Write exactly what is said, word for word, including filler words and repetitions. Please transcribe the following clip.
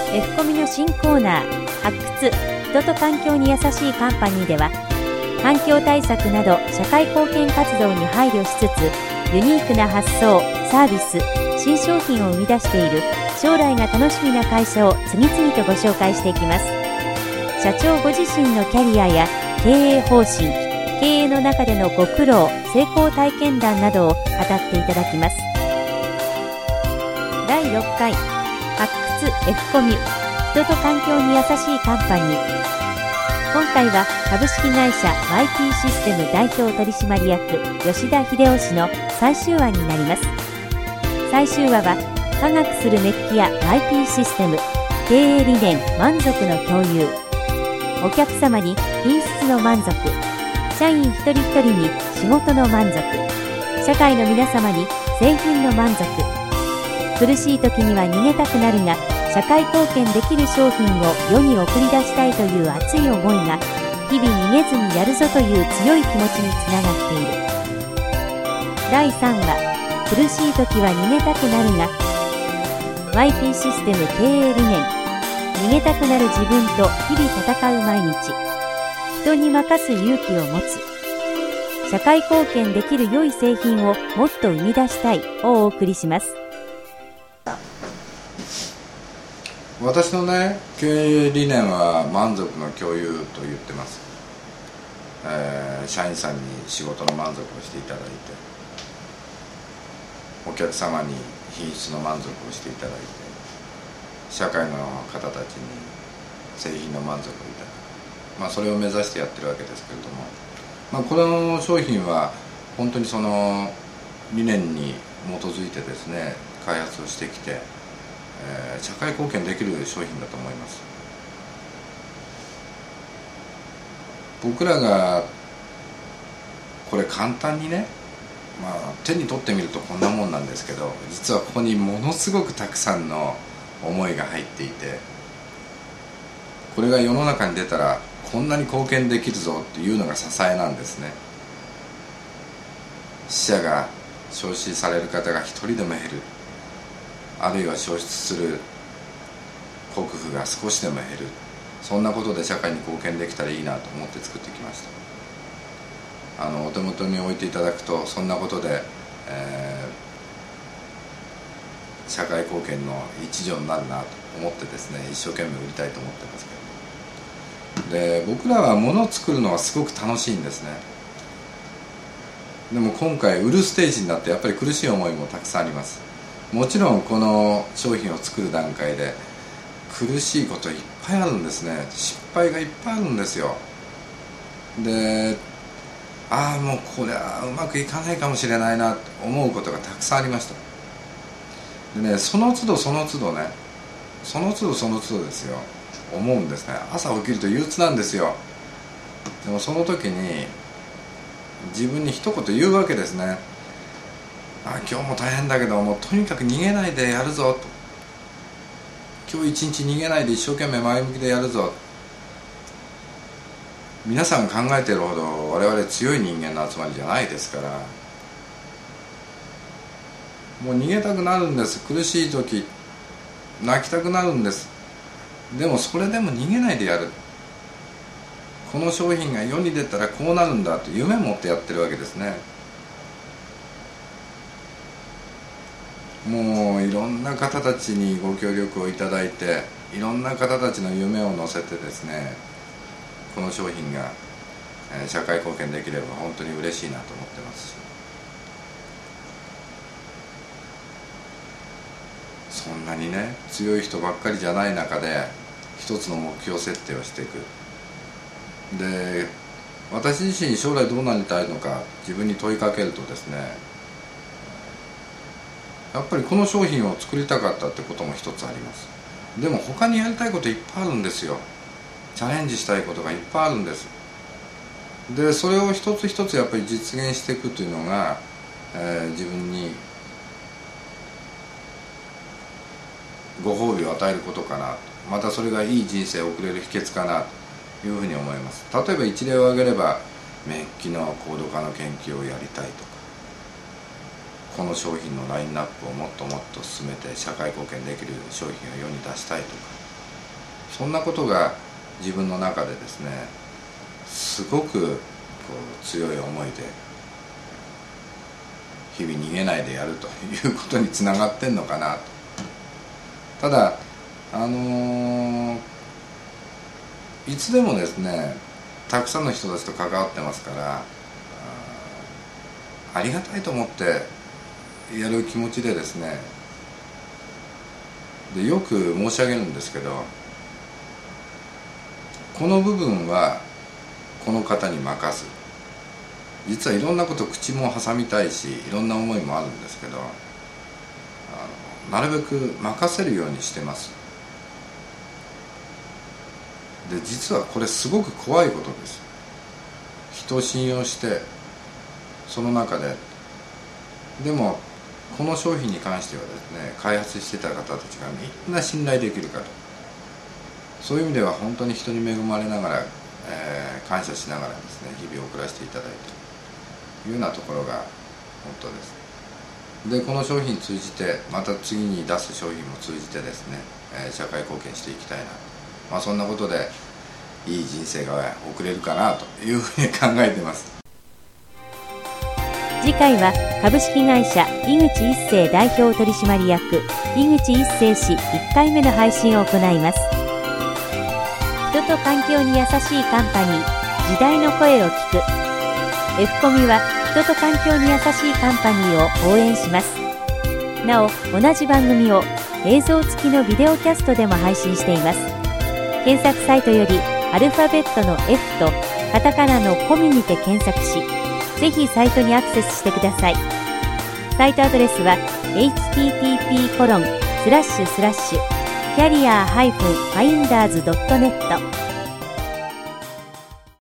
F コミの新コーナー発掘人と環境に優しいカンパニーでは、環境対策など社会貢献活動に配慮しつつ、ユニークな発想、サービス、新商品を生み出している将来が楽しみな会社を次々とご紹介していきます。社長ご自身のキャリアや経営方針、経営の中でのご苦労、成功体験談などを語っていただきます。だいろっかい発掘 F コミュ人と環境に優しいカンパニー。今回は株式会社 ワイピー システム代表取締役吉田秀夫氏の最終話になります。最終話は科学するメッキや ワイピー システム、経営理念、満足の共有、お客様に品質の満足、社員一人一人に仕事の満足、社会の皆様に製品の満足、苦しい時には逃げたくなるが社会貢献できる商品を世に送り出したいという熱い思いが日々逃げずにやるぞという強い気持ちにつながっている。だいさんわ苦しい時は逃げたくなるが ワイピー システム経営理念、逃げたくなる自分と日々戦う毎日、人に任す勇気を持つ、社会貢献できる良い製品をもっと生み出したいをお送りします。 私のね、経営理念は満足の共有と言ってます。えー、社員さんに仕事の満足をしていただいて、お客様に品質の満足をしていただいて、社会の方たちに製品の満足をいただく、まあ、それを目指してやってるわけですけれども、まあ、この商品は本当にその理念に基づいてですね、開発をしてきて、えー、社会貢献できる商品だと思います。僕らがこれ簡単にね、まあ、手に取ってみるとこんなもんなんですけど、実はここにものすごくたくさんの思いが入っていて、これが世の中に出たらこんなに貢献できるぞっていうのが支えなんですね。死者が焼死される方が一人でも減る、あるいは消失する国富が少しでも減る、そんなことで社会に貢献できたらいいなと思って作ってきました。あのお手元に置いていただくと、そんなことで、えー、社会貢献の一助になるなと思ってですね、一生懸命売りたいと思ってますけど、で僕らは物を作るのはすごく楽しいんですね。でも今回売るステージになってやっぱり苦しい思いもたくさんあります。もちろんこの商品を作る段階で苦しいこといっぱいあるんですね。失敗がいっぱいあるんですよ。で、ああもうこれはうまくいかないかもしれないなと思うことがたくさんありました。でね、その都度その都度ね、その都度その都度ですよ、思うんですね。朝起きると憂鬱なんですよ。でもその時に自分に一言言うわけですね。あ、今日も大変だけどもうとにかく逃げないでやるぞと、今日一日逃げないで一生懸命前向きでやるぞ。皆さんが考えているほど我々強い人間の集まりじゃないですから、もう逃げたくなるんです。苦しい時泣きたくなるんです。でもそれでも逃げないでやる。この商品が世に出たらこうなるんだと夢を持ってやってるわけですね。もういろんな方たちにご協力をいただいて、いろんな方たちの夢を乗せてですね、この商品が社会貢献できれば本当に嬉しいなと思ってますし、そんなにね強い人ばっかりじゃない中で一つの目標設定をしていく。で、私自身将来どうなりたいのか自分に問いかけるとですね、やっぱりこの商品を作りたかったってことも一つあります。でも他にやりたいこといっぱいあるんですよ。チャレンジしたいことがいっぱいあるんです。でそれを一つ一つやっぱり実現していくというのが、えー、自分にご褒美を与えることかな、またそれがいい人生を送れる秘訣かなというふうに思います。例えば一例を挙げれば、メッキの高度化の研究をやりたいとか、この商品のラインナップをもっともっと進めて社会貢献できる商品を世に出したいとか、 そんなことが自分の中でですねすごくこう強い思いで日々逃げないでやるということにつながってんのかなと。ただあのー、いつでもですねたくさんの人たちと関わってますから、 あ, ありがたいと思ってやる気持ちでですね、でよく申し上げるんですけど、この部分はこの方に任す。実はいろんなこと口も挟みたいしいろんな思いもあるんですけど、あのなるべく任せるようにしてます。で実はこれすごく怖いことです。人を信用してその中ででもこの商品に関してはですね開発してた方たちがみんな信頼できるかと、そういう意味では本当に人に恵まれながら、えー、感謝しながらですね日々を送らせていただいているというようなところが本当です。でこの商品通じてまた次に出す商品も通じてですね、えー、社会貢献していきたいな、まあ、そんなことでいい人生が送れるかなというふうに考えています。 次回は株式会社井口一生代表取締役井口一生氏いっかいめの配信を行います。人と環境に優しいカンパニー、時代の声を聞く F コミは人と環境に優しいカンパニーを応援します。なお同じ番組を映像付きのビデオキャストでも配信しています。検索サイトよりアルファベットの F とカタカナのコミにて検索し、ぜひサイトにアクセスしてください。サイトアドレスは エイチティーティーピーコロンスラッシュスラッシュキャリアーハイフンファインダーズドットネット